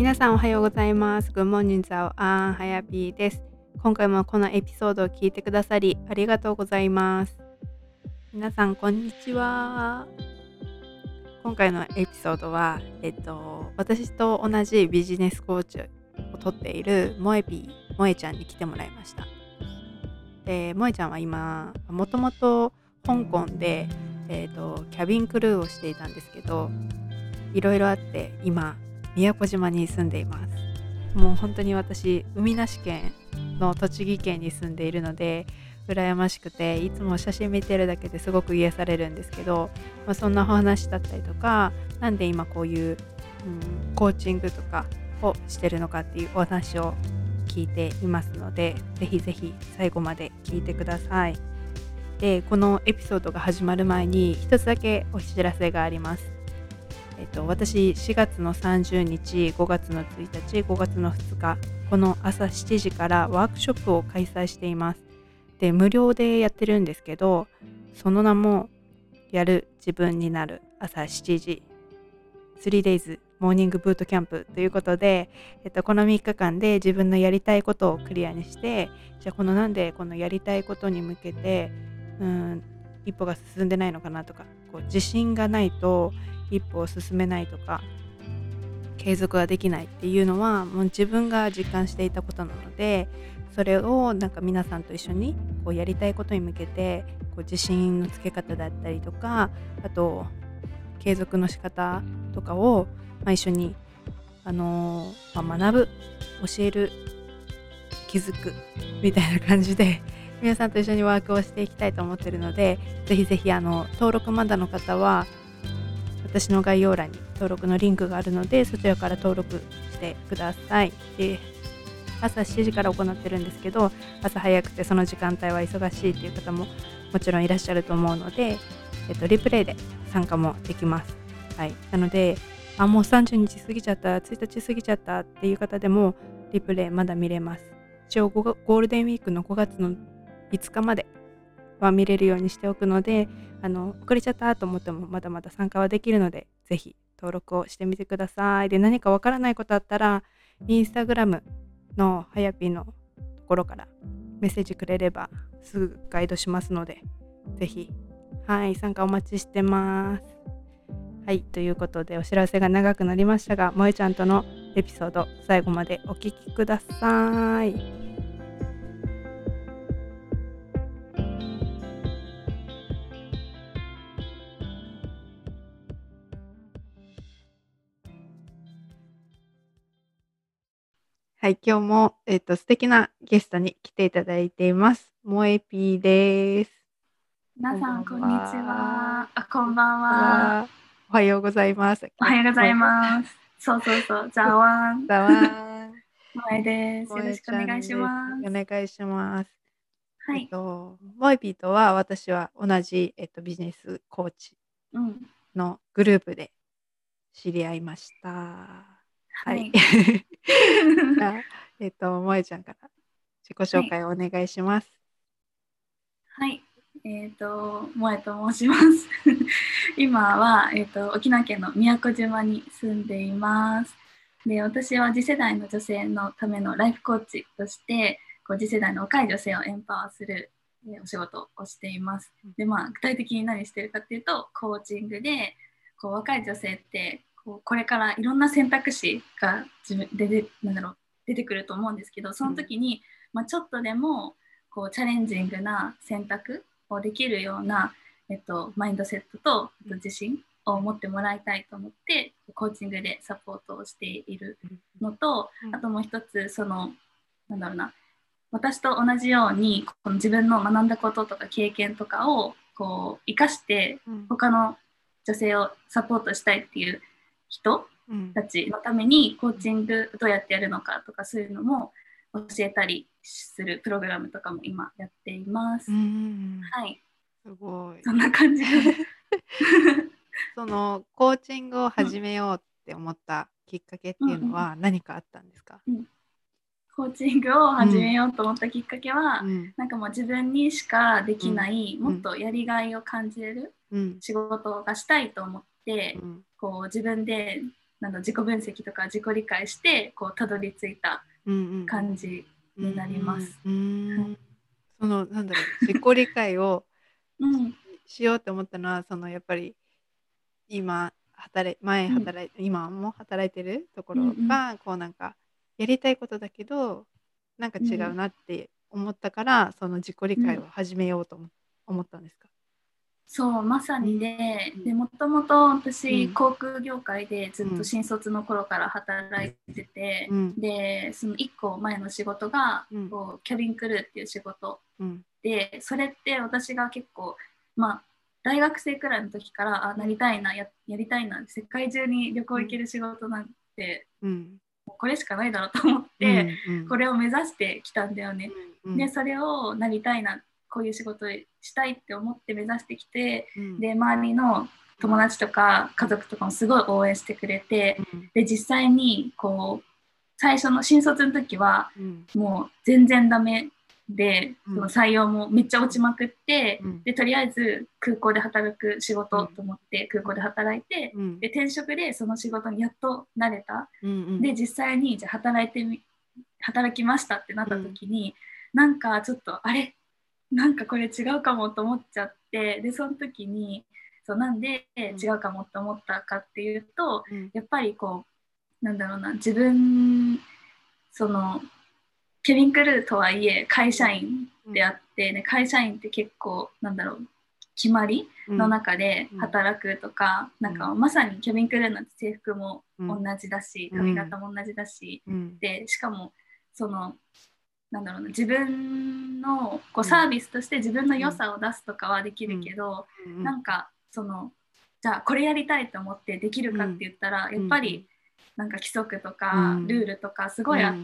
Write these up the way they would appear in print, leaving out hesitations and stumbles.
皆さんおはようございます。Good morning, 早安、はやぴーです。今回もこのエピソードを聞いてくださりありがとうございます。皆さんこんにちは。今回のエピソードは、私と同じビジネスコーチを取っている萌えちゃんに来てもらいました。で、萌えちゃんは今もともと香港で、キャビンクルーをしていたんですけど、いろいろあって今宮古島に住んでいます。もう本当に私海なし県の栃木県に住んでいるので羨ましくて、いつも写真見てるだけですごく癒されるんですけど、そんなお話だったりとか、なんで今こういう、コーチングとかをしてるのかっていうお話を聞いていますので、ぜひぜひ最後まで聞いてください。で、このエピソードが始まる前に一つだけお知らせがあります。私4月の30日、5月の1日、5月の2日、この朝7時からワークショップを開催しています。で、無料でやってるんですけど、その名もやる自分になる朝7時 3days モーニングブートキャンプということで、この3日間で自分のやりたいことをクリアにして、じゃあなんでこのやりたいことに向けて一歩が進んでないのかなとか、自信がないと一歩を進めないとか継続ができないっていうのはもう自分が実感していたことなので、それをなんか皆さんと一緒にやりたいことに向けて自信のつけ方だったりとか、あと継続の仕方とかを、一緒に、学ぶ、教える、気づくみたいな感じで皆さんと一緒にワークをしていきたいと思っているので、ぜひぜひ登録まだの方は私の概要欄に登録のリンクがあるので、そちらから登録してください。で、朝7時から行ってるんですけど、朝早くてその時間帯は忙しいっていう方ももちろんいらっしゃると思うので、リプレイで参加もできます。はい、なのでもう30日過ぎちゃった、1日過ぎちゃったっていう方でもリプレイまだ見れます。一応ゴールデンウィークの5月の5日までは見れるようにしておくので、遅れちゃったと思ってもまだまだ参加はできるので、ぜひ登録をしてみてください。で、何かわからないことあったらインスタグラムのはやぴのところからメッセージくれればすぐガイドしますので、ぜひ参加お待ちしてます。はい、ということでお知らせが長くなりましたが、萌ちゃんとのエピソード最後までお聞きください。はい、今日も、素敵なゲストに来ていただいています。萌えぴーです。 皆さんこんにちは。こんばんは。 おはようございます。 おはようございます。そう。ザワン。 ザワン。 萌えです。よろしくお願いします。 お願いします。 はい。 萌えぴーとは私は同じ、ビジネスコーチのグループで知り合いました。はい。じゃあ、萌ちゃんから自己紹介をお願いします。 はい。萌えと申します。今は、沖縄県の宮古島に住んでいます。で、私は次世代の女性のためのライフコーチとして、次世代の若い女性をエンパワーするお仕事をしています。で、具体的に何してるかっていうと、コーチングで、若い女性ってこれからいろんな選択肢が出てくると思うんですけど、その時に、ちょっとでもチャレンジングな選択をできるような、マインドセットと自信を持ってもらいたいと思ってコーチングでサポートをしているのと、あともう一つ私と同じようにこの自分の学んだこととか経験とかを生かして他の女性をサポートしたいっていう人たちのためにコーチングどうやってやるのかとか、そういうのも教えたりするプログラムとかも今やっています。はい。 すごい。 そんな感じそのコーチングを始めようって思ったきっかけっていうのは何かあったんですか？ コーチングを始めようと思ったきっかけは、なんかもう自分にしかできない、もっとやりがいを感じれる仕事がしたいと思って、自分で自己分析とか自己理解してこうたどり着いた感じになります。 そのなんだろう、自己理解をしようと思ったのは、そのやっぱり今今も働いてるところが、こうなんかやりたいことだけどなんか違うなって思ったから、その自己理解を始めようと思ったんですか？ そうまさにでもともと私、航空業界でずっと新卒の頃から働いてて、でその1個前の仕事が、こうキャビンクルーっていう仕事、でそれって私が結構大学生くらいの時からなりたいな やりたいな、世界中に旅行行ける仕事なんて、もうこれしかないだろうと思って、これを目指してきたんだよね。でそれをなりたいな、こういう仕事したいって思って目指してきて、で周りの友達とか家族とかもすごい応援してくれて、で実際にこう最初の新卒の時はもう全然ダメで、その採用もめっちゃ落ちまくって、でとりあえず空港で働く仕事と思って空港で働いて、で転職でその仕事にやっと慣れた、で実際にじゃあ働きましたってなった時に、なんかちょっとあれなんかこれ違うかもと思っちゃって、でその時になんで違うかもと思ったかっていうと、やっぱりこうなんだろうな、自分ケビンクルーとはいえ会社員であって、ね、会社員って結構なんだろう、決まりの中で働くとか、なんかまさにケビンクルーなんて制服も同じだし、髪型も同じだし、でしかもなんだろうな、自分のこうサービスとして自分の良さを出すとかはできるけど、なんかじゃあこれやりたいと思ってできるかって言ったら、やっぱりなんか規則とかルールとかすごいあって、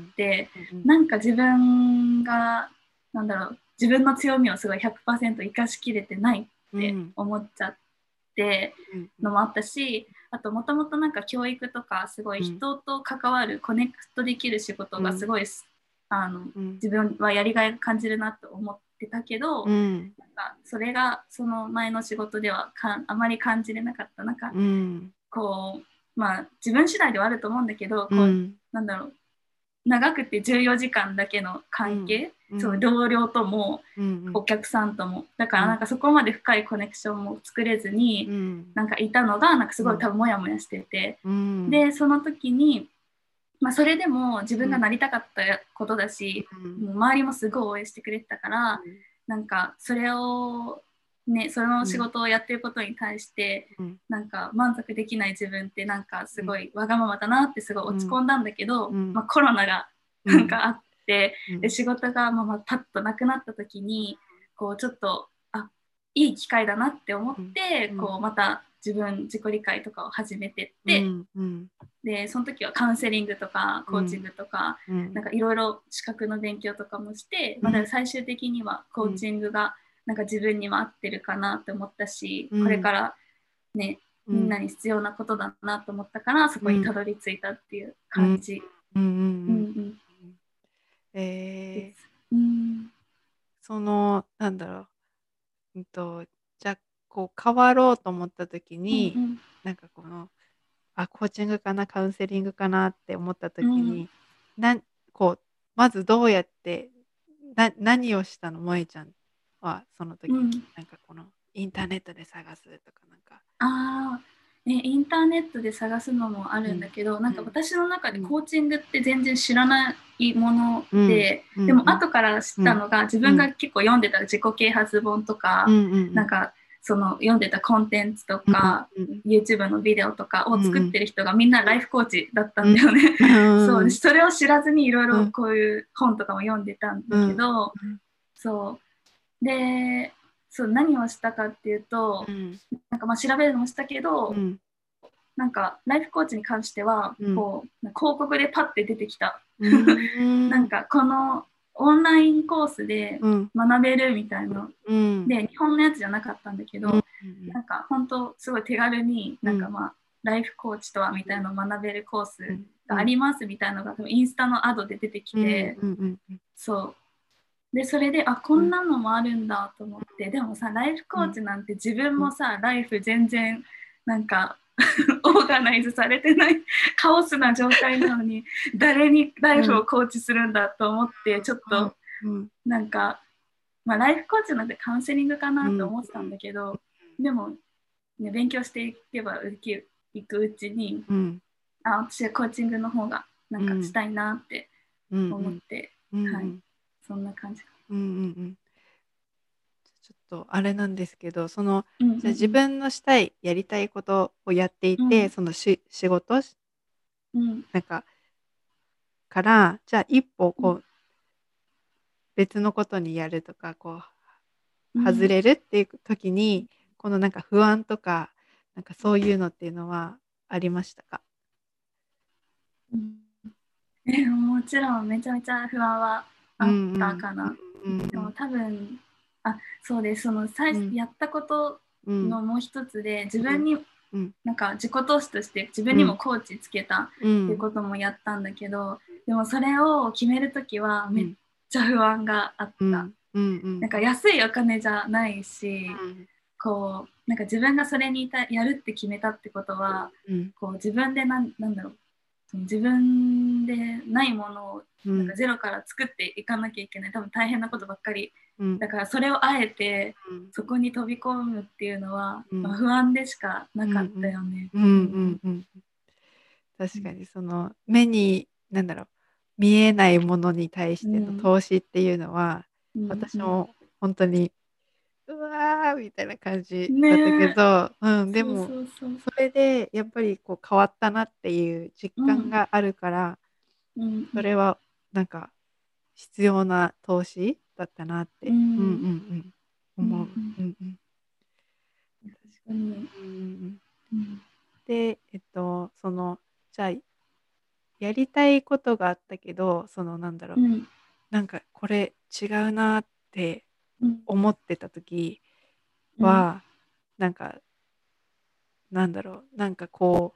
なんか自分がなんだろう、自分の強みをすごい 100% 生かしきれてないって思っちゃってのもあったし、あともともとなんか教育とかすごい人と関わる、コネクトできる仕事がすごい自分はやりがい感じるなと思ってたけど、なんかそれがその前の仕事ではあまり感じれなかった。なんかこう自分次第ではあると思うんだけど、こうなんだろう、長くて14時間だけの関係、その同僚とも、お客さんともだからなんかそこまで深いコネクションも作れずに、なんかいたのがなんかすごい多分モヤモヤしてて、でその時にそれでも自分がなりたかったことだし、もう周りもすごい応援してくれてたから、なんかそれをね、その仕事をやってることに対して、なんか満足できない自分ってなんかすごいわがままだなってすごい落ち込んだんだけど、コロナがなんかあって、で仕事がパッとなくなった時にこうちょっといい機会だなって思って、こうまた自己理解とかを始めてって、でその時はカウンセリングとかコーチングとか、なんかいろいろ資格の勉強とかもして、だから最終的にはコーチングがなんか自分にも合ってるかなって思ったし、これからねみんなに必要なことだなと思ったから、そこにたどり着いたっていう感じ。 そのなんだろう、じゃあこう変わろうと思った時に、なんかこのコーチングかなカウンセリングかなって思った時に、こうまずどうやって何をしたの、萌ちゃんはその時、なんかこのインターネットで探すとかなんか。 インターネットで探すのもあるんだけど、なんか私の中でコーチングって全然知らないもので、でも後から知ったのが、自分が結構読んでた自己啓発本とか、なんか読んでたコンテンツとか、YouTube のビデオとかを作ってる人がみんなライフコーチだったんだよね。そうそれを知らずにいろいろこういう本とかも読んでたんだけど、で何をしたかっていうと、なんか調べるのもしたけど、なんかライフコーチに関しては、こう広告でパッて出てきたなんかこのオンラインコースで学べるみたいな、で日本のやつじゃなかったんだけど、なんか本当すごい手軽になんかライフコーチとはみたいなのを学べるコースがありますみたいなのがインスタのアドで出てきて、でそれでこんなのもあるんだと思って、でもさライフコーチなんて自分もさ、ライフ全然なんかオーガナイズされてないカオスな状態なのに誰にライフをコーチするんだと思ってちょっとなんか、まあ、ライフコーチなんてカウンセリングかなと思ってたんだけど、でも、ね、勉強していけばいくうちに、私はコーチングの方がなんかしたいなって思って、はい、そんな感じ。 ちょっとあれなんですけど、じゃあ自分のやりたいことをやっていて、その仕事、なんかから、じゃあ一歩こう、別のことにやるとか、こう、外れるっていう時に、このなんか不安とか、なんかそういうのっていうのはありましたか？ もちろんめちゃめちゃ不安はあったかな。でも多分、そうです。やったことのもう一つで、自分に、なんか自己投資として自分にもコーチつけたっていうこともやったんだけど、でもそれを決めるときはめっちゃ不安があった。なんか安いお金じゃないし、こうなんか自分がそれにやるって決めたってことは、こう自分でなんだろう、自分でないものをなんかゼロから作っていかなきゃいけない、多分大変なことばっかり、だからそれをあえてそこに飛び込むっていうのは、まあ、不安でしかなかったよね。 確かにその目に見えないものに対しての投資っていうのは、私も本当にうわーみたいな感じだったけど、でもそれでやっぱりこう変わったなっていう実感があるから、それはなんか必要な投資だったなって思う。で、じゃあやりたいことがあったけど、なんかこれ違うなって思ってた時は、なんかこ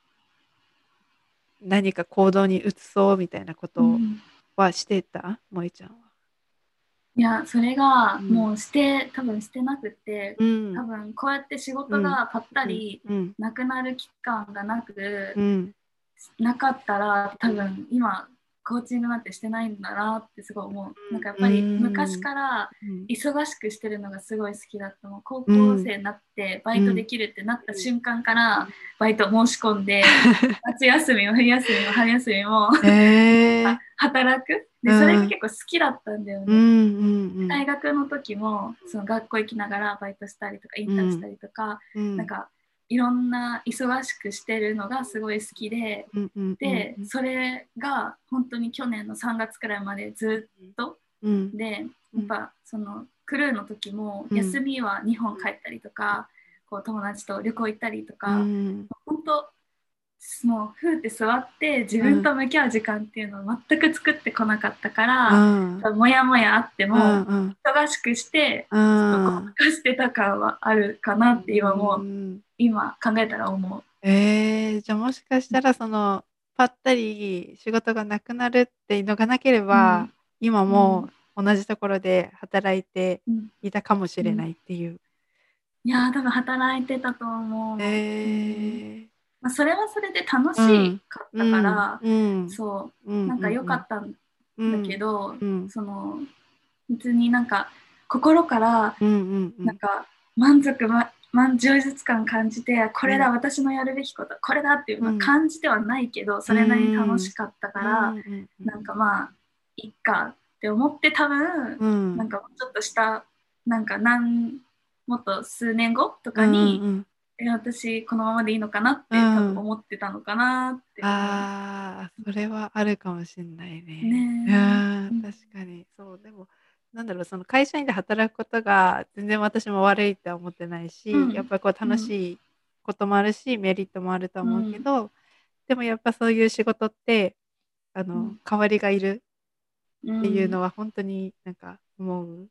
う何か行動に移そうみたいなことはしてた？萌ちゃんは。 いや、それがもう多分してなくて、多分こうやって仕事がぱったりなくなる期間がなかったら、多分今コーチングなんてしてないんだなってすごい思う。なんかやっぱり昔から忙しくしてるのがすごい好きだったの。高校生になってバイトできるってなった瞬間からバイト申し込んで、夏休みも冬休みも春休みも働く。でそれが結構好きだったんだよね。大学の時もその学校行きながらバイトしたりとかインターンしたりとか、なんかいろんな忙しくしてるのがすごい好きで、でそれが本当に去年の3月くらいまでずっと、でやっぱそのクルーの時も休みは日本帰ったりとか、こう友達と旅行行ったりとか、本当もうふーって座って自分と向き合う時間っていうのを全く作ってこなかったから、もやもやあっても忙しくしてちょっと後悔してた感はあるかなって今考えたら思う。 じゃあもしかしたらぱったり仕事がなくなるっていうのがなければ、今も同じところで働いていたかもしれないっていう。 いや多分働いてたと思う。まあ、それはそれで楽しかったから、そうなんか良かったんだけど、別になんか心からなんか充実感感じて、これだ私のやるべきことこれだっていうのは感じてはないけど、それなりに楽しかったから、なんかまあいっかって思って、多分なんかちょっとしたなんかもっと数年後とかに、私このままでいいのかなって多分思ってたのかなって思う。 それはあるかもしれないね。確かにそう。でもその会社員で働くことが全然私も悪いって思ってないし、やっぱりこう楽しいこともあるし、メリットもあると思うけど、でもやっぱそういう仕事って代わりがいるっていうのは本当になんか思う。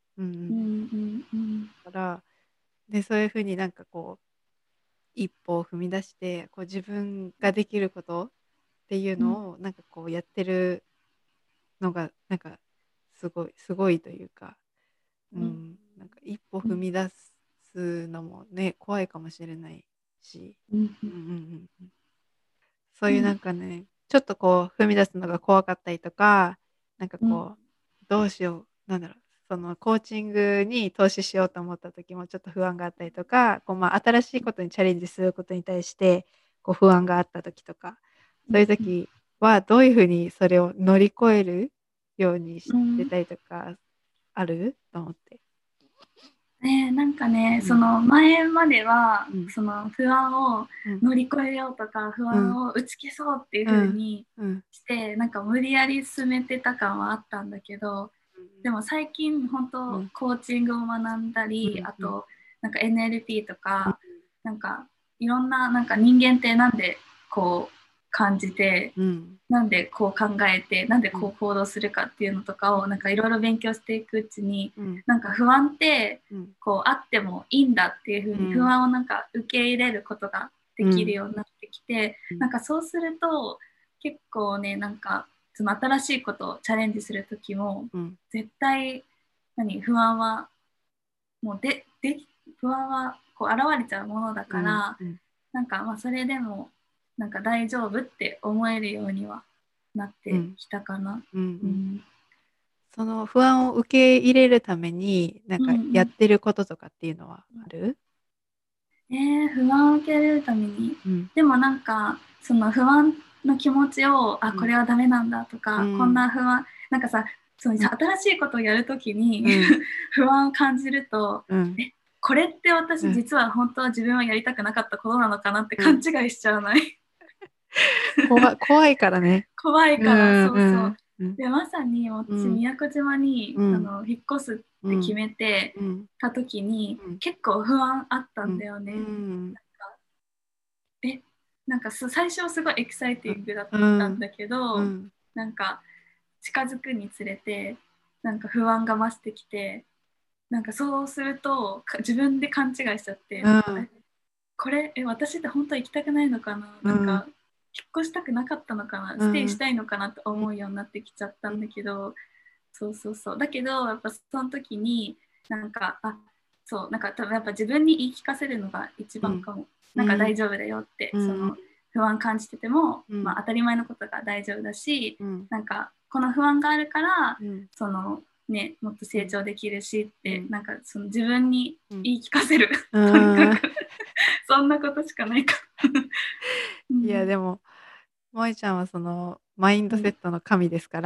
だからでそういうふうになんかこう一歩を踏み出してこう自分ができることっていうのをなんかこうやってるのがなんかすごいというか、なんか一歩踏み出すのもね怖いかもしれないし、 うんうんうんうんうんうん、そういうなんかね、ちょっとこう踏み出すのが怖かったりとか、なんかうんこう、どうしよう、なんだろう、そのコーチングに投資しようと思った時もちょっと不安があったりとか、こうまあ新しいことにチャレンジすることに対してこう不安があった時とか、そういう時はどういうふうにそれを乗り越えるようにしうんてたりとかあると思って。 なんかね、 うんその前まではうんその不安をうん乗り越えようとか不うん安を打ち消そうっていううん風にうんしてなんか無理やり進めてた感はあったんだけど、でも最近本当うんコーチングを学んだうり、あんとなんか NLP とうんかなんかいろんななんか人間ってなんでこう感じて、 うんなんでこう考えてなんでうんこう行動するかっていうのとかをなんかいろいろ勉強していくうちに、 うんなんか不安ってうんこうあってもいいんだっていう風に不安をなんか受け入れることができるようになってきて、なんかそうすると結構ね、なんかその新しいことをチャレンジする時もうん絶対不安はもう不安はこう現れちゃうものだうから、 んなんかまあそれでもなんか大丈夫って思えるようにはなってきたかな。 うんうん、 うん、 その不安を受け入れるためになんうんうかやっん、 てることとかっていうのはある？ 不安を受け入れるために、 うんでもなんかその不安の気持ちをうんこれはダメなんだとか、こんうんな不安なんかさ、そのうん新しいことをやるときにうん不安を感じると、 うんこれって私うん実は本当は自分はやりたくなかったことなのかなってうん、 勘違いしちゃわない？ 怖いからね。 怖いうから、 んそうそう。 うんでまさに私うん宮古島にうん引っ越すって決うんめてうんた時にうん結構不安あったんうんだよね。 うんえなんか最初はすごいエキサイティングだっうんたんだけど、 うんなんか近づくにつれてなんか不安が増してきて、なんかそうすると自分で勘違いしちゃって、なんかうんこれ私って本当は行きたくないのかな、なんか引っ越したくなかったのかな、ステイしたいのかなと思うようになってきちゃったんだけど、そうそうそう、だけどやっぱその時になんかそうなんか多分やっぱ自分に言い聞かせるのが一番かも、なんか大丈夫だよって、その不安感じてても、まあ、当たり前のことが大丈夫だし、なんかこの不安があるからそのねもっと成長できるしって、なんかその自分に言い聞かせる、とにかくそんなことしかないから。 いやでも萌ちゃんはそのマインドセットの神ですから、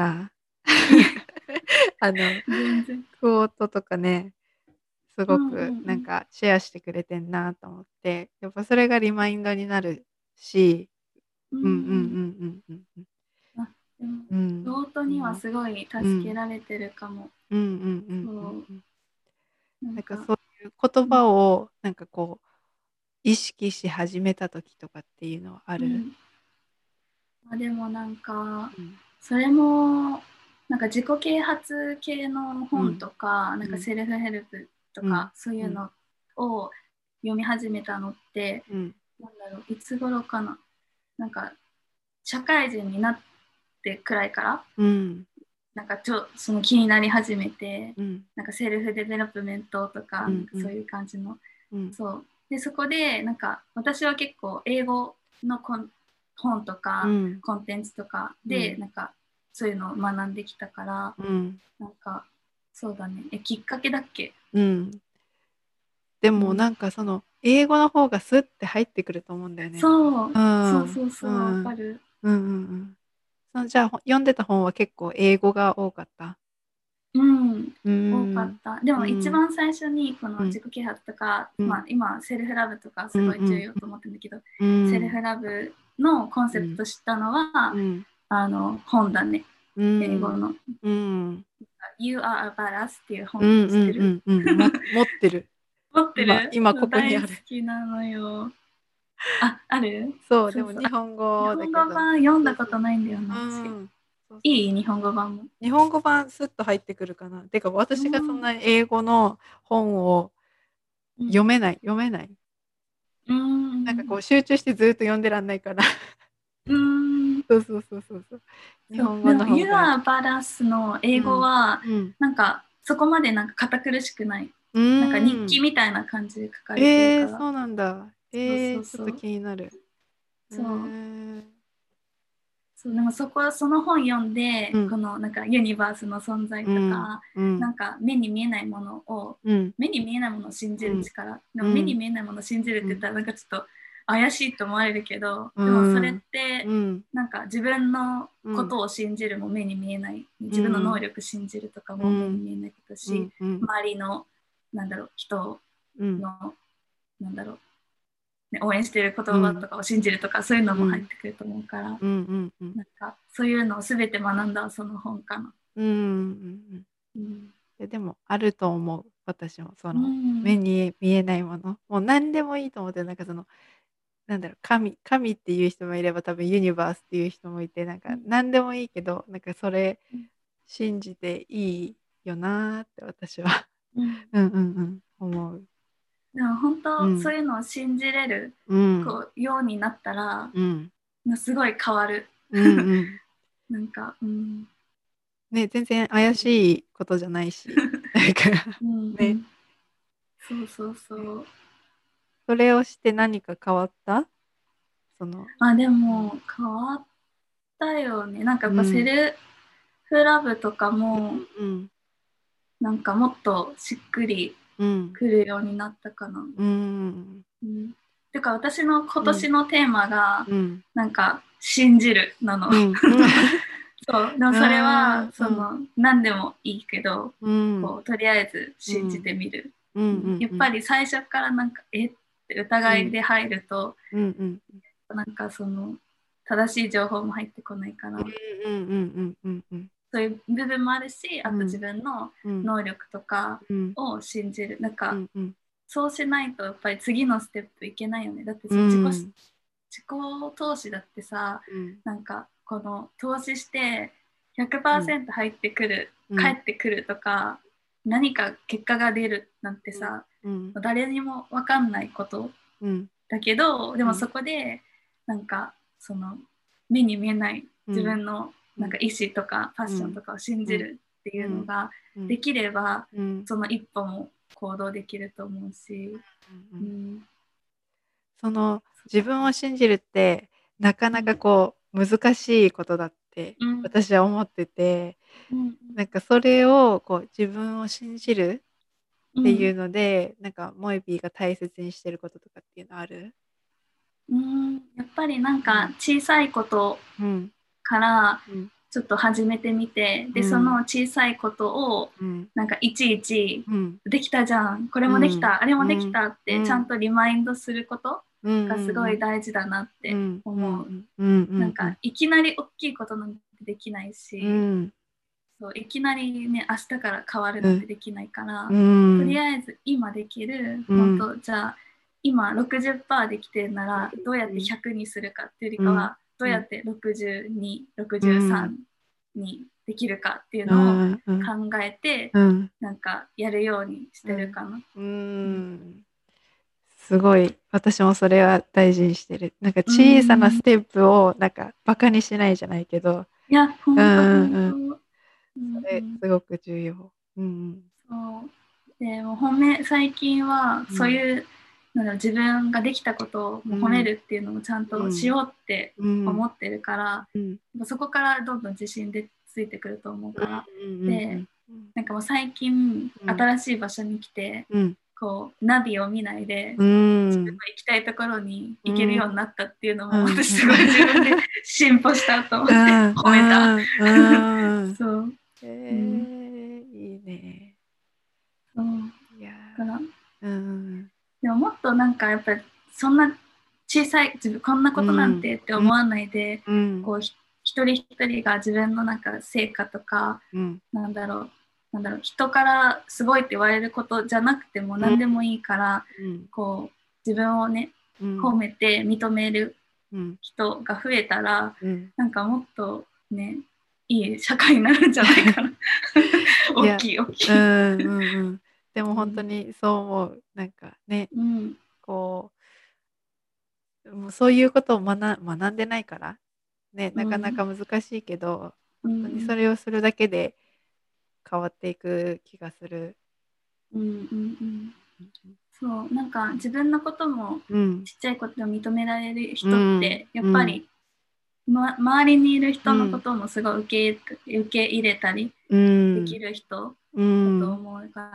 全然。 クオートとかね、すごうんうくなんんかシェアしてくれてんなと思って、やっぱそれがリマインドになるし、 うん。 うんうんうんうんうんうんうんあでもうん、 弟にはすごい助けうん、 られてるかも。 うんうんうんうんそううん。 なんか、 なんかそういう言うん、 葉をなんかこう意識し始めた時とかっていうのはある？ うんでもなんかうんそれもなんか自己啓発系の本うんとか、なんかうんセルフヘルプとうんかそういうんうのを読み始めたのって、 うんなんだろう、いつ頃かな、なんか社会人になってくらいからうんなんかその気になり始めて、 うんなんかセルフデベロップメントとか、 うんうんそういう感じの、 うんそうでそこでなんか私は結構英語の本とかうんコンテンツとかで、 うんなんかそういうのを学んできたから、 うんなんかそうだね、きっかけだっけ？ うん。でもなんかその英語の方がスッて入ってくると思うんだよね。 そうそううんそうそう、わうんうんかる。 うんうん。じゃあ読んでた本は結構英語が多かった？ うん、 う多かっんた。でも一うん番最初にこのうん自己啓発とか、 うんまあ、今セルフラブとかうすごい重ん要と思ってるんだけど、 うんセルフラブのコンセプト知ったのは、 うん本だね。 う英語んの。 うん You are a badass っていううん本知ってる？ うんうん持ってる。 持ってる？ 今ここに大好ある。 きなのよ。ある？ そう、でそうそう。 も日本日語だけど。 本語版読んそうそう。 だことないんだような、私。 ん。そうそう。 いい日本語版も。 日本語版スッと入ってくるかな。てか私がそんうん。 なに英語の本をうん。 読めない。 うん。 なんかこう集中してずっと読んでらんないから。 うん。 そうそうそうそうそう。日そう、 本語でもの方 You が。 are badass の英語うん。 はうん。 なんかそこまでなんか堅苦しくない。 うなんか日記ーん。 みたいな感じで書かれてるから。 そうなんだ。 そうそうちょっとそう。 気になる。 そう。そう、でもその本読んで、 うんこのなんかユニバースの存在うんとか、 うんなんか目に見えないものを、 うん目に見えないものを信じうんる力、でも目にうん見えないものを信じるってうん言ったらなんかちょっと怪しいと思われるけど、 うでもそれっんてうんなんか自分のうんことを信じるも目に見えない、 う自分の能ん力信じるとかも目にうん見えないことだうし、 んうん周りのなんだろう人うんのなんだろう、ね、応援してる言うん葉とかを信じるとかそういうのも入っうんてくると思うから。 うんうんなんかそういうのを全て学んだその本かな。 うんうん。 でもあると思う。私もそうの目ん。 に見えないものもう何でもいいと思って、なんかそのなんだろう、神っていう人もいれば多分ユニバースっていう人もいて、なんか何でもいいけど、なんかそれ信じていいよなーって私はうん。 うんうんうん思う。 でも本当そううんいうのを信じれるうんようになったらうんすごい変わる。 うんうんなんか、うん。 ね、全然怪しいことじゃないし、なんかうんうね、 ん。そうそうそう。 それをして何か変わった？その、 あ、でも変わったよね。なんかやっぱセうんルフラブとかもうんなんかもっとしっくりうんくるようになったかな。 うんうん。てか私の今うん年のテーマがうんなんか信じるなの。 うんうんそう、でもそれはあーうん何でもいいけど、 うんとりあえず信じうんてみる。 うんううん、やっんうんぱり最初からなんかって疑いで入ると、 うんうんなんか正しい情報も入ってこないから、 うんうんうんうんそういう部分もあるし、あと自うん分のうん能力とかうんを信じる。なんかうんうんそうしないとやっぱり次のステップいけないよね。だってう自己投資だってさ、 んなんかこの投資してうん 100%入ってくる、 うん返ってくるとか、何か結果が出るなんてさ、 うん誰にも分かんないことうんだけど、でうんもそこでなんか目に見えない自うん分のうんなんか意思とかファッうんションとかを信うんじるっていうのうんがうんできれば、 うんその一歩も行動できると思うし、 うんうん、 その自分を信じるってなかなかうんこう難しいことだってうん私は思ってて、 うんなんかそれをこう自分を信じるっていううんので、なんかモエビーが大切にしてることとかっていうのある？ やっぱりなんかうん小さいことうんからうんちょっと始めてみて、でそのうん小さいことをうんなんかいちいちうんできたじゃん、これうんもできた、あれもできうんたってちゃんうんとリマインドすることうんうがすごいん大事だなってうんう思う。 んうんうんなんかいきなり大きいことなんてできないし、 うんそういきなりね明日から変わるうんなんてできないから、 うとりんあえず今できる、本うん当じゃあ今60%できてるならどうやって100にするかっていうよりかうんはどうやって62、 うん 63にできるかっていううのをんうん考えてうんなんかやるようにしてるかな。 ううん、 んすごい私もそれは大事にしてる。なんかう小さなん、 ステップをなんかバカにしないじゃないけど、 いやう本当本当、 んうん、 うんそれうん、 すごく重要。うんそうでも最近はうんそういうなんだろう自分ができたことをもう褒めうんるっていうのもちゃんとしうんようってうん思ってるから、 うんそこからどんどん自信でついてくると思うから、でうんなんかもう最近うん新しい場所に来てうんこうナビを見ないでう自分のん行きたいところに行けるうんようになったっていうのもうん私すごい自分で進歩したと思うってん褒めた。 うんそう、うん、 いいね。 そういやだからーうんでももっとなんかやっぱりそんな小さい自分こんなことなんてって思わないで、 うんこう一人一人が自分のなんか成果とかうん人からすごいって言われることじゃなくても何でもいいから、 うんこう自分をねうん褒めて認めるうん人が増えたらうんなんかもっとねいい社会になるんじゃないかな。 いや、 大きい大きい。 うんうんうん。でも本当うんにそう思う。なんかね、 うんこもうそういうことを学んでないから、ね、なかなうんか難しいけど、 う本当にそんれをするだけで変わっていく気がする。 うんうんうん、 そうなんか自分のこともうんちっちゃいことを認められるう人ってやっぱんり、周りにいる人のこうんともすごい受け入れたりうんできる人うだとん思うから、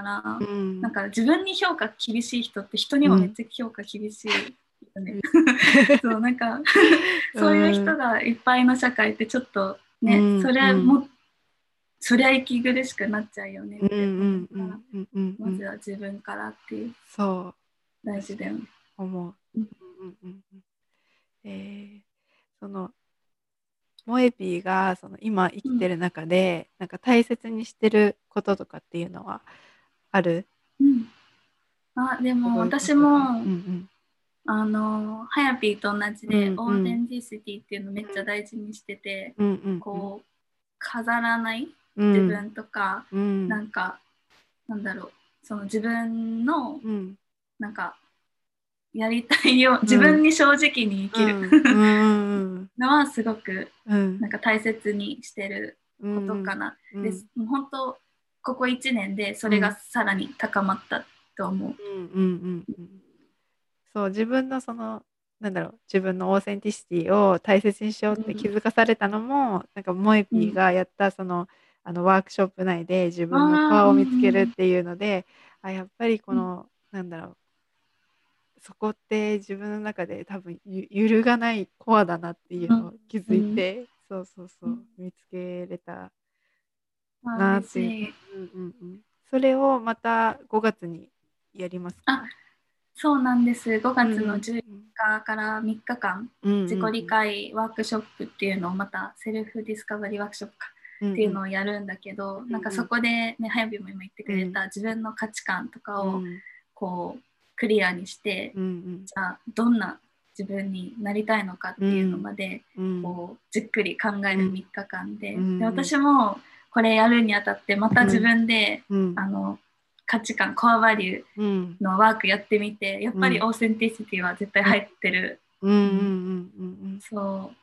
なんうんか自分に評価厳しい人って人にもめっうんちゃ評価厳しいよね。そうなんかうそういう人んがいっぱいの社会ってちょっとうね、 んうんそりゃ息苦しくなっちゃうよねっうんうて思んううから、 んうんうんうん。 まずは自分からっていうそう大事確かにだよね。 思う。 うんうんうんうん。えー、そのモエビーがその今生うんきてる中でなんか大切にしてることとかっていうのはある？ うん、あ、でどもういうことで？ 私もうんハヤピーと同じうんでオーデうんンティシティっていうのめっちゃ大事にしてて、 うんうんうんこう飾らないうん自分とか、 うんなんかなんだろう、その自分のうんなんかやりたいよう自分うんに正直に生きるうんうんのはすごくうんなんか大切にしてるうことかんな。でうんもう本当ここ1年でそれがうんさらに高まったと思う。 うんうんうん。そう、自分のその、なんだろう、自分のオーセンティシティを大切にしようって気うんづかされたのも、なんかモエピーうん、 がやったその、ワークショップ内で自分のああ、うんう顔を見つけるっんていうので、あ、やっぱりこうんの、なんだろう、そこって自分の中で多分揺るがないコアだなっていううんのを気づいうんて、そうそうそう、見つけれたあ、 なっていう。 嬉しい。 うんうんうん。それをまた5月にやりますあ、 か？ そうなんです。5 うんう月の14 ん日から3日間、 うんうん自己理うん解ワークショップっていうのをまたセルフディスカバリーワークショップかうんっていうのをやるんだけど、なんかそこでね、早見も今言ってくれた自分の価値観とかをうんこうクリアにして、 うんじゃあどんな自分になりたいのかっていうのうんまでうんこうじっくり考えるうん 3日間で、でうん私もこれやるにあたってまた自分でうん価値観コアバリューうんのワークやってみて、やっぱりうんオーセンティシティは絶対入ってる。 うんうんううん、 んそう、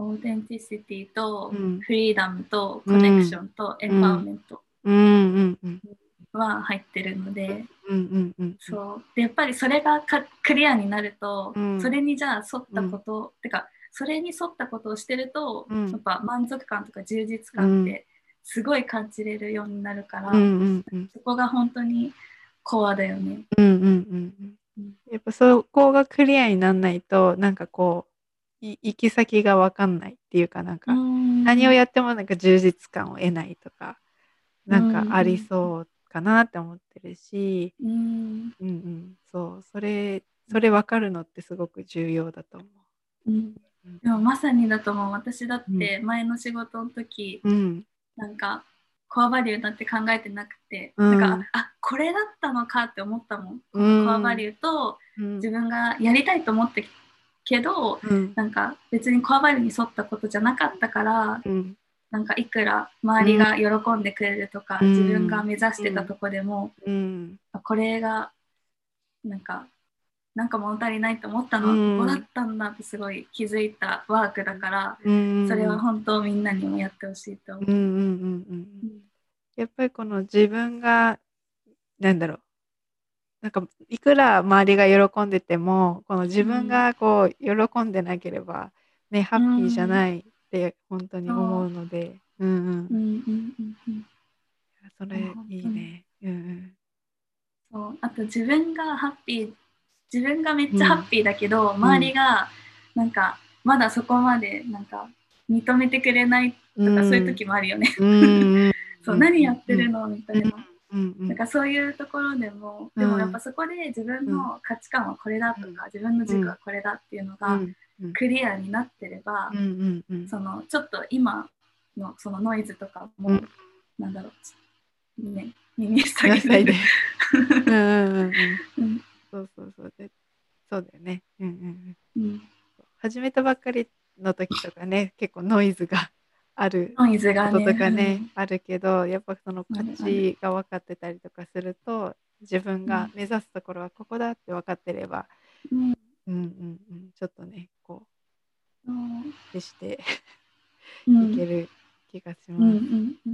オーセンティシティとうんフリーダムとうコネクシんョンとエンパワーうんメントうんうんは入ってるので、 うんうんそうでやっぱりそれがクリアになると、 うんそれにじゃあ沿ったうんことてかそれに沿ったことをしてると、 うんやっぱ満足感とか充実うん感ってすごい感じれるようになるかうんら、 うんうんそこが本当にコアだよね。 うんうんうん、 やっぱそこがクリアにならないとなんかこう行き先が分かんないっていうかなんうーか何をんやってもなんか充実感を得ないとかうなんかありんそうかなって思ってるし、 うんうんうんうん、そう、それ分かるのってすごく重要だと思う。 うん、 うんでもまさにだと思う。私だっうんて前の仕事の時うんなんかコアバリューなんて考えてなくて、なんかうんこれだったのかって思ったもん。 うこのコアバんリューとうん自分がやりたいと思ってけど、 うんなんか別にコアバリューに沿ったことじゃなかったから、 うんなんかいくらうん周りが喜んでくれるとか、 う自分がん目指してたとこでも、 うんこれがなんか物足りないと思ったうのはここだっんたんだってすごい気づいたワークだから、 うんうんそれは本当みんなにもやってほしいと思う。 うんうんうんうん、 やっぱりこの自分がなんだろうなんかいくら周りが喜んでてもこの自分うんがこう喜んでなければねハうッピーじゃん、 ないって本当にそう思うのでうんうんうんうんうんうん、 そいやれ本当にいいねうんそう。あと自分がめっちゃハッうんピーだけど、 うん周りがなんかまだそこまでなんか認めてくれないうとかそういうん時もあるよね。 うんうんそう、 うん何やってうんるのみたうんいな。なんうんかそういうところでも、でもやっぱうんそこで自分うんの価値観はこれだとか、自分のうん軸はこれだっていうのがうんうんクリアになってれば、 うんうんそのちょっと今のそのノイズとかも、 うんなんだろう、ね、耳下げる。 なさいでうんうんうんうんそうそうそうでそうだよねうんうんうん始めたばっかりの時とかね、結構ノイズがあるノイズがね、 こととかね、 うん、 あるけど、やっぱその価あるある。 値が分かってたりとかすると、自分うんが目指すところはここだって分かってれば、 うんうんうんうん、ちょっとね、こそうう、してうんいける気がしうんうます。 んうん、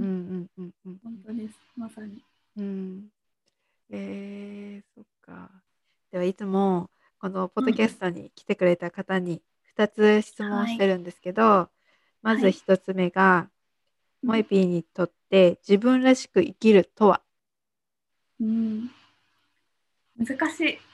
うんうんうんうん本当です。まさに。 うん。そっか。 くれた方に2つ質問をはい。 してるんですけど、まずはい。 1つ目が、 うん。 モエピーにとって自分らしく生きるとは？ うん、難しい。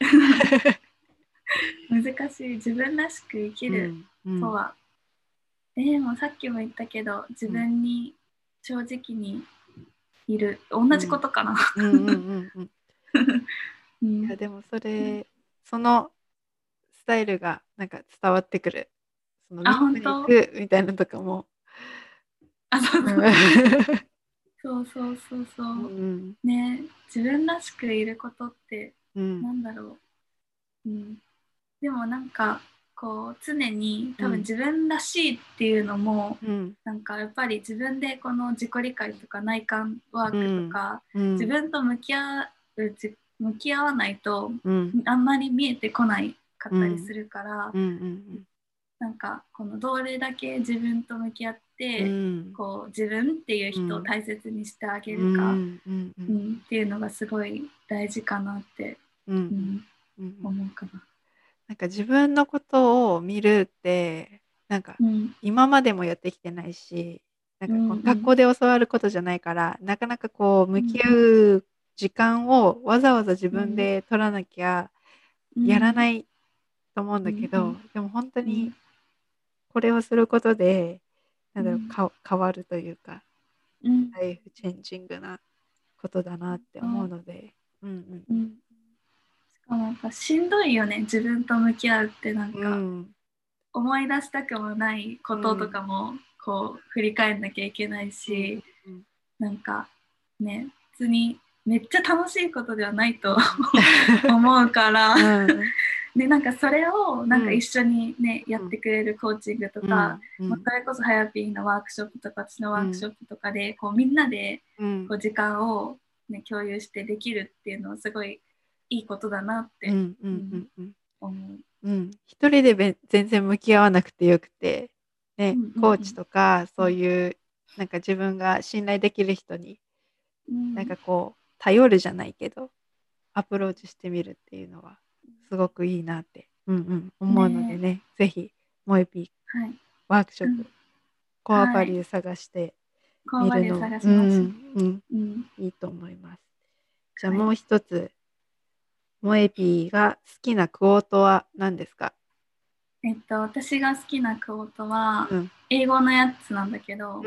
難しい。自分らしく生きるうんうんとは。でもさっきも言ったけど、自うん分に正直にいる。同じこうんとかな。 うんうんうん。 ういやん。 でもそのスタイルがなんか伝わってくる。そのあ、 ミックに行本当。 くみたいなのとかも。 あ、そううんそう。そうそうそうそうう。 んね、自分らしくいることってうんなんだろう。うん。でもなんかこう常に多分うん自分らしいっていうのもうんなんかやっぱり自分でこの自己理解とか内観ワークとうんか自うん分と向き合わないとうんあんまり見えてこないかっうんたりするからうんうんなんかこのどれだけ自分と向き合っうてんこう自分っていう人をうん大切にしてあげうるか、 んうんうんうん、っていうのがすごい大事かなって、 うんうんうん、 うん思うかな。 なんか自分のことを見るってなんかうん今までもやってきてないし、なんうんかこう学校うんで教わることじゃないからなかなかこう向き合うんう時間をわざわざ自分うんで取らなきゃやらうんないと思うんだけど、 うんでも本当にうんこれをすることでなんだろううん変わるというかうんライフチェンジングなことだなって思うので、うんうん、しかもやっぱしんどいよね自分と向き合うってなんうんうかん思い出したくもないこととうんかもこう振り返んなきゃいけないうんしうんなんかね普通にめっちゃ楽しいことではないとうん思うからうんでなんかそれをなんか一うん緒にねやっうんてくれるコーチングとうか、まあ、 んうんそれこそハヤピーのワークショップとか私のワークシうんョップとかでこうみんなでうんこう時間を、ね、共有してできるっていうのはすごいいいことだなっうて、 んうんううん、 んうん思う。 うん、一人で全然向き合わなくてよくて、ね、 うんうんコーチとかうんそういうなんか自分が信頼できる人になんうんかこう頼るじゃないけどアプローチしてみるっていうのはすごくいいなって、思うのでねね、ぜひモエピーえ、はい、 ワークショップうん、 コアはい、 バリュー探してコアバリューみるの、 探しましょう。うん、 いいと思います。じゃあはい。 もう一つ、モエピーが好きなクォートは何ですか？ 私が好きなクォートはうん、 英語のやつなんだけど、 うん、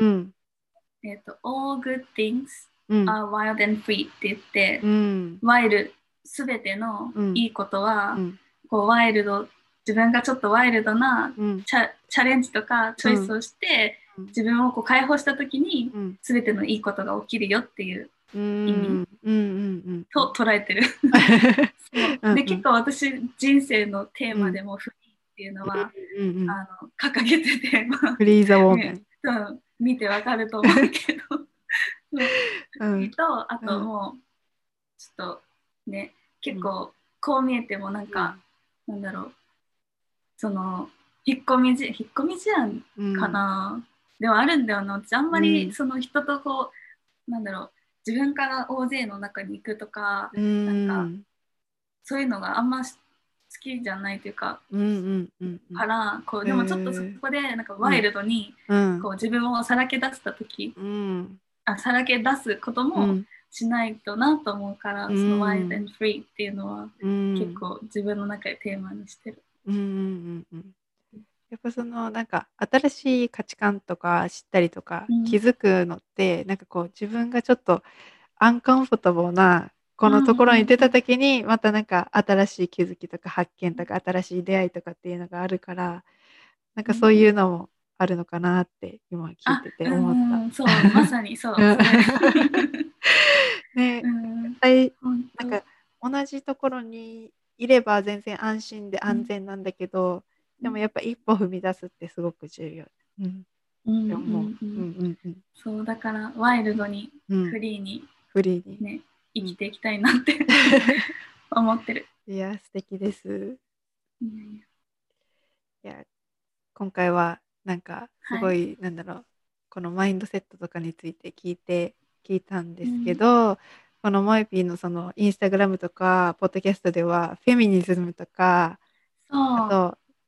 All good things うん、 are wild and free って言って、 うん、 ワイル、すべてのうん、 いいことは、 うん、 こうワイルド、自分がちょっとワイルドなうん、 チャレンジとかチうん、 ョイスをして、 うん、 自分をこう解放したときに、 うん、 すべてのいいことが起きるよっていうう意味ん、うん、うん、 と捉えてる。そうで、結うん、 構私、人生のテーうん、 マでもフリーっていうのは、 うん、 掲げてて、まあ、 フリーザ・ウォーマね、 ン。 見てわかると思うけど、そううん、 フリーと、あうん、 ともう、ちょっとね、 うん、 結構、こう見えてもなんか、 うん、 なんだろう、その、引っ込み思案かうん、 な。ではあるんだよな。私あんまりうん、 その人とこう、なんだろう、自分から大勢の中に行くとか、 うなんか、 ん、 そういうのがあんま好きじゃないというか、 うん、うん、 からこうへでもちょっとそえ、 こでなんかワイうん、 ルドにうん、 こう自分をさらけ出した時うん、 さらけ出すこともうん、 しないとなと思うかうらそのワイルドん、 and free っていうのはうん、 結構自分の中でテーマにしてる。 うん、うん。やっぱなんか新しい価値観とか知ったりとか気うんづくのってなんかこう自分がちょっとアンカンフォタブルなこうんのところに出たうん時にまたなんか新しい気づきとか発見とか新しい出会いとかっていうのがあるからなんかそういううんうんのもあるのかなって今聞いてて思った。 そうまさにそうそれね、 うん絶対本当なんか同じところにいれば全然安心で安うん全なんだけど、でもやうんっぱ一歩踏み出すってすごく重要。うん、っうんうて思う。 んうんうん。 そうだからワイルドにうん。 フリーにフリーに。 ねうん。 生きていきたいなって思ってる。 いや、素敵です。 うんいや、今回はなんかすはい。 ごい、なんだろう、このマインドセットとかについて聞いたんですけうん、 ど、このモエピーのそのインスタグラムとか、ポッドキャストでは、フェミニズムとか、 そう、 あと、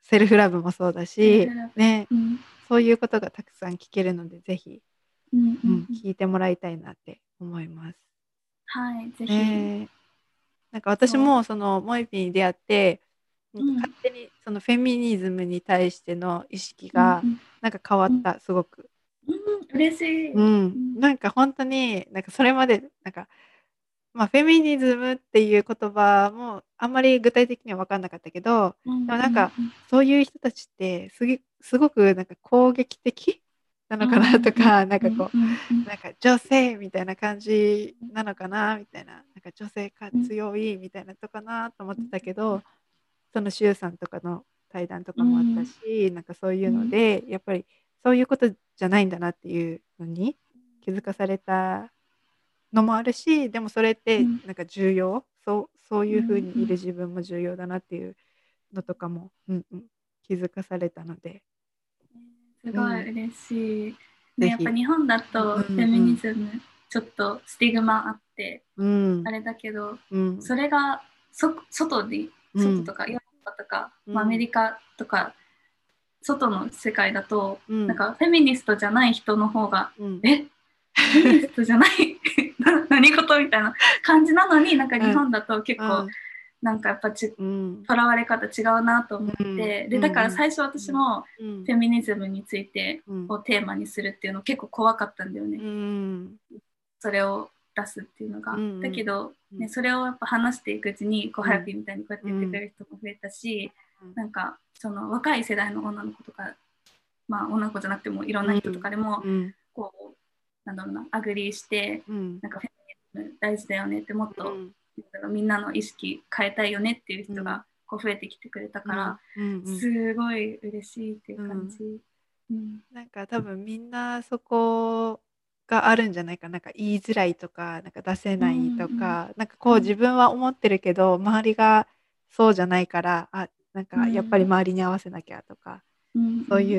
セルフラブもそうだし、ね、 うん、 そういうことがたくさん聞けるので、ぜひ、 うん、うん、うん。 聞いてもらいたいなって思います。 はい、ぜひ。 ね、なんか私そう。 もそのモエピに出会って、なんかうん、 勝手にそのフェミニズムに対しての意識うん、 がうん、 なんか変わうん。 った、すごく。 うん、嬉しい。うん、 なんか本当に、なんかそれまで、なんか、まあフェミニズムっていう言葉もあんまり具体的には分かんなかったけど、 うん、うん、 でもなんかそういう人たちってすごくなんか攻撃的なうん、 のかなとうん、 か、なんうん、 かこうん、うん、 う、なんか女性みたいな感じなのかなみたいな、なんか女性かうん、 強いみたいなとかなと思ってたけど、その周さんとかの対談とかもあったうん、 し、なんかそういうのうん、 で、やっぱりそういうことじゃないんだなっていうのに気づかされたのもあるし、でもそれってうん、 なんか重要、そういうふううん、うん。 にいる自分も重要だなっていうのとかも、気づかされたので、 すごうん、 い嬉しい。ね、やっぱぜひ、 日本だうんとフェミうんニズムちょっとスティグマあってうんあれだけど、 うんそれが外でうん外とかヨーロッパとか、まあ、アメうんリカとか外の世界だとなんうんかフェミニストじゃない人の方がうんフェミニストじゃない何事みたいな感じなのになんか日本だと結構うんなんかやっぱうんとらわれ方違うなと思っうんて、でだからうん最初私もうんフェミニズムについてうんをテーマにするっていうの結構怖かったんだよね、 うんそれを出すっていうのが。だけど、ね、それをやっぱ話していくうちにこうハヤピーみたいにこうやって言ってくれる人も増えたし、なんかその若い世代の女の子とか、まあ女の子じゃなくてもいろんな人とかでもこうなんだろうなアグリーしてなんかフェミニズム大事だよねってもっとみんなの意識変えたいよねっていう人がこう増えてきてくれたからすごい嬉しいっていう感じ。うん、 なんか多分みんなそこがあるんじゃないかな。なんか言いづらいとか、なんか出せうん、 ないとうん、 か、なんかこう自うん、 分は思ってるけど、周りがそうじゃないから、なんかやっぱりうん、 周りに合わせなきゃとか、 うん、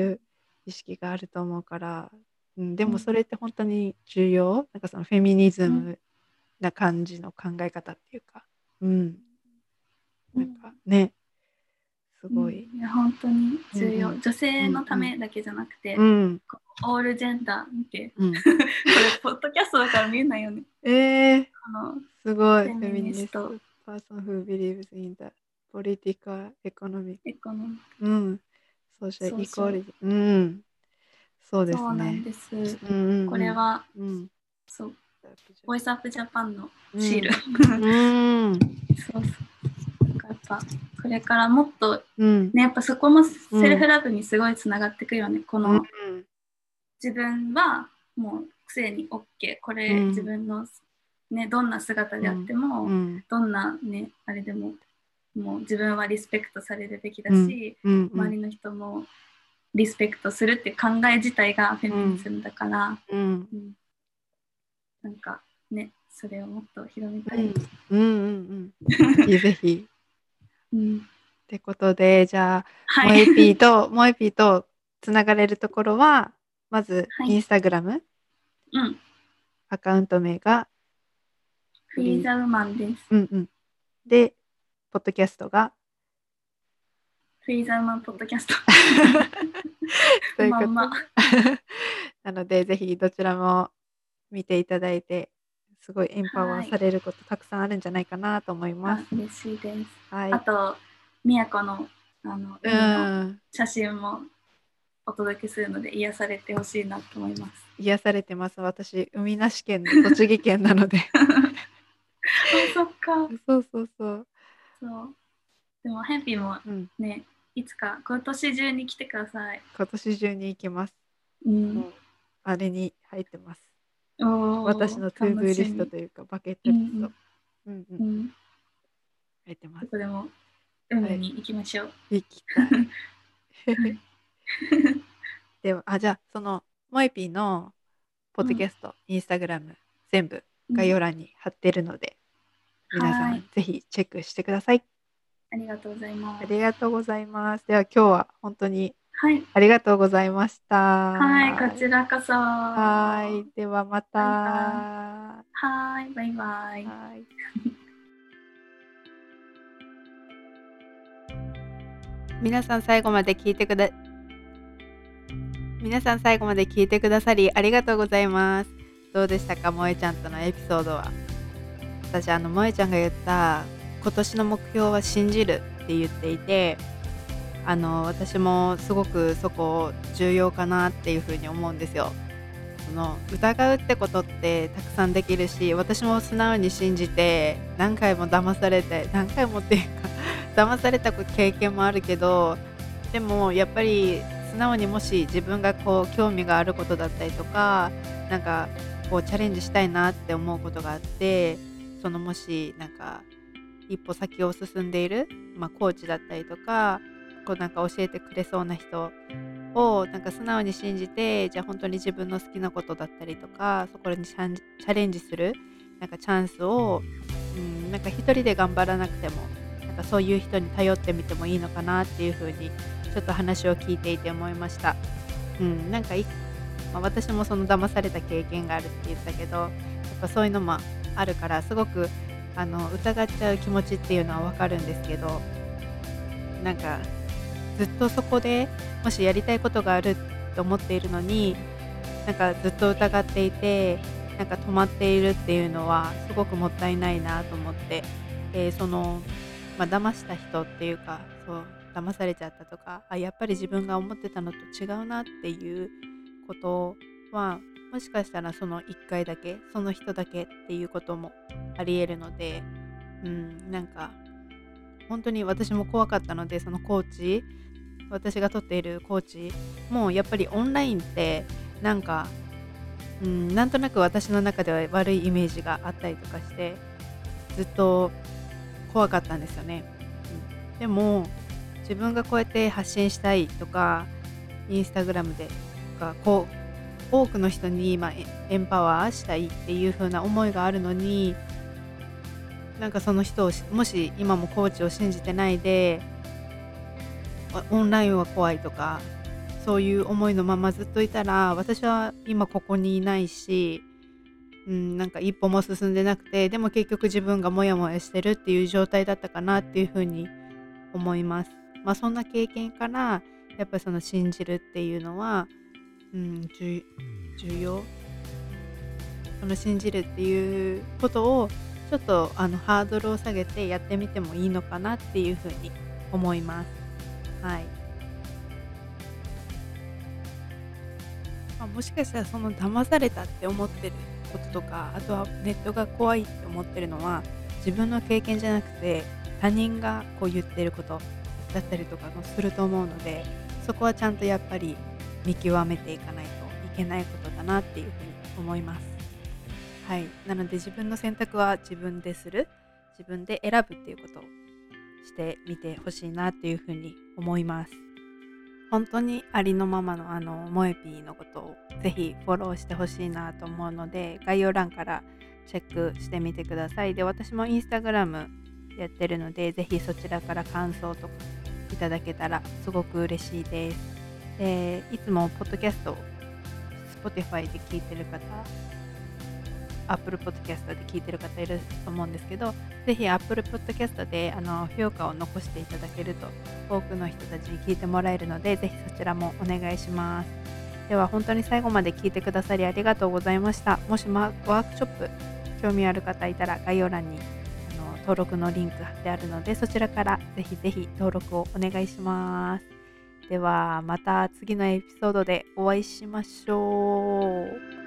そういう意識があると思うから、でうん、 もそれって本当に重要。なんかそのフェミニズうん、 ムな感じの考え方っていうか、なんうん、 かね、すうん、 ごい。 いや本当に重要。 うんうん女性のたうんうんめだけじゃなくて、 うんオールジェンダー見て、 うん。 これポッドキャストだから見えないよね。 えーあのすごい。 フェミフェミニストニスト、person who believes in the political economic、 エコノミー、 うん、social ソーシャル、 equality、うん、そうでそうなんすね。 です。 うんうんこれはうん。うん。 そうボイスアップジャパンのうシール。 ん。うん。 そうそう。やっぱこれからもっとうん。 ね、やっぱそこもセルフうん。 ラブにすごいつながってくよね。こうん。 の自分はもう常に OK。これ自うん。 分のね、どんな姿であっても、 うん。 どんなね、あれでも、もう自分はリスペクトされるべきだうん。 し、 うん。うん。 周りの人もリスペクトするって考え自体がフェミニズムだから、 うん。 うん、なんかね、それをもっと広めたい。 うん。うん。ぜひぜひ。 うん、 ってことで、じゃあ、 はい。 モエピーとつながれるところは、まず、 はい。 インスタグラム、 うん。 アカウント名がフリー、 フリーザウーマンです。 うんうん。で、ポッドキャストが、 フリーザウーマンポッドキャスト。 そういうこと。 まんま。 なので、ぜひどちらも見ていただいて、すごいエンパワはい。 ーされることたくさんあるんじゃないかなと思います。 嬉しいです。 はい。 あと、宮古のう海のん。 写真もお届けするので癒されてほしいなと思います。 癒されてます。私、海なし県の栃木県なので。 あ、そっか。 そうそうそう。 そう。でも、ヘンピーもうん。 ね、いつか今年中に来てください。 今年中に行きます。 うん。 もう、あれに入ってます。私おー、 のトゥードゥーリスト楽しみ。 というか、バケッうんトリスト。うんうん。 うん。うん。 入ってます。 どこでもはい。 海に行きましょう。 行きたい。 はい。 では、じゃあ、その、モエピーのポッうん。 ドキャスト、インスタグラム、全部うん。 概要欄に貼ってるので、皆さはい。 んぜひチェックしてください。 ありがとうございあます。 りがとうございます。では、今日は本当にはい。 ありがとうございましはい、こた。 ちらこそ。 はい。では、まバイバイ。 た。 はい、バイバイ。 はい。 皆さん最後まで聞いてくだ皆さん最後まで聞いてくださりありがとうございます。どうでしたか、萌ちゃんとのエピソードは。私萌ちゃんが言った今年の目標は信じるって言っていて、私もすごくそこ重要かなっていうふうに思うんですよ。その疑うってことってたくさんできるし、私も素直に信じて何回も騙されて、何回もっていうか騙された経験もあるけど、でもやっぱり素直にもし自分がこう興味があることだったりとか、なんかこうチャレンジしたいなって思うことがあって、そのもしなんか一歩先を進んでいる、コーチだったりとか、こうなんか教えてくれそうな人をなんか素直に信じて、じゃあ本当に自分の好きなことだったりとか、そこにチャレンジするなんかチャンスを、なんか一人で頑張らなくても、なんかそういう人に頼ってみてもいいのかなっていう風にちょっと話を聞いていて思いました。なんか私もその騙された経験があるって言ったけど、やっぱそういうのもあるから、すごく疑っちゃう気持ちっていうのはわかるんですけど、なんかずっとそこでもしやりたいことがあると思っているのに、なんかずっと疑っていて、なんか止まっているっていうのはすごくもったいないなと思って、その、騙した人っていうか、そう騙されちゃったとか、やっぱり自分が思ってたのと違うなっていうことは、もしかしたらその1回だけ、その人だけっていうこともありえるので、なんか本当に私も怖かったので、そのコーチ、私が取っているコーチもやっぱりオンラインってなんか、なんとなく私の中では悪いイメージがあったりとかして、ずっと怖かったんですよね。でも自分がこうやって発信したいとか、インスタグラムでとか、こう多くの人にエンパワーしたいっていう風な思いがあるのに、なんかその人をもし今もコーチを信じてないで、オンラインは怖いとか、そういう思いのままずっといたら、私は今ここにいないし、なんか一歩も進んでなくて、でも結局自分がモヤモヤしてるっていう状態だったかなっていう風に思います。そんな経験から、やっぱりその信じるっていうのは、重要。その信じるっていうことをちょっとハードルを下げてやってみてもいいのかなっていう風に思います。はい。もしかしたらその騙されたって思ってることとか、あとはネットが怖いって思ってるのは、自分の経験じゃなくて、他人がこう言ってることだったりとかもすると思うので、そこはちゃんとやっぱり見極めていかないといけないことだなっていうふうに思います。はい。なので自分の選択は自分でする、自分で選ぶっていうことをしてみてほしいなっていうふうに思います。本当にありのままのモエピーのことをぜひフォローしてほしいなと思うので、概要欄からチェックしてみてください。で、私もインスタグラムやってるので、ぜひそちらから感想とかいただけたらすごく嬉しいです。で、いつもポッドキャスト、Spotify で聞いてる方、Apple Podcast で聞いてる方いると思うんですけど、ぜひ Apple Podcast で評価を残していただけると多くの人たちに聞いてもらえるので、ぜひそちらもお願いします。では本当に最後まで聞いてくださりありがとうございました。もしワークショップ興味ある方いたら概要欄に登録のリンク貼ってあるので、そちらからぜひぜひ登録をお願いします。ではまた次のエピソードでお会いしましょう。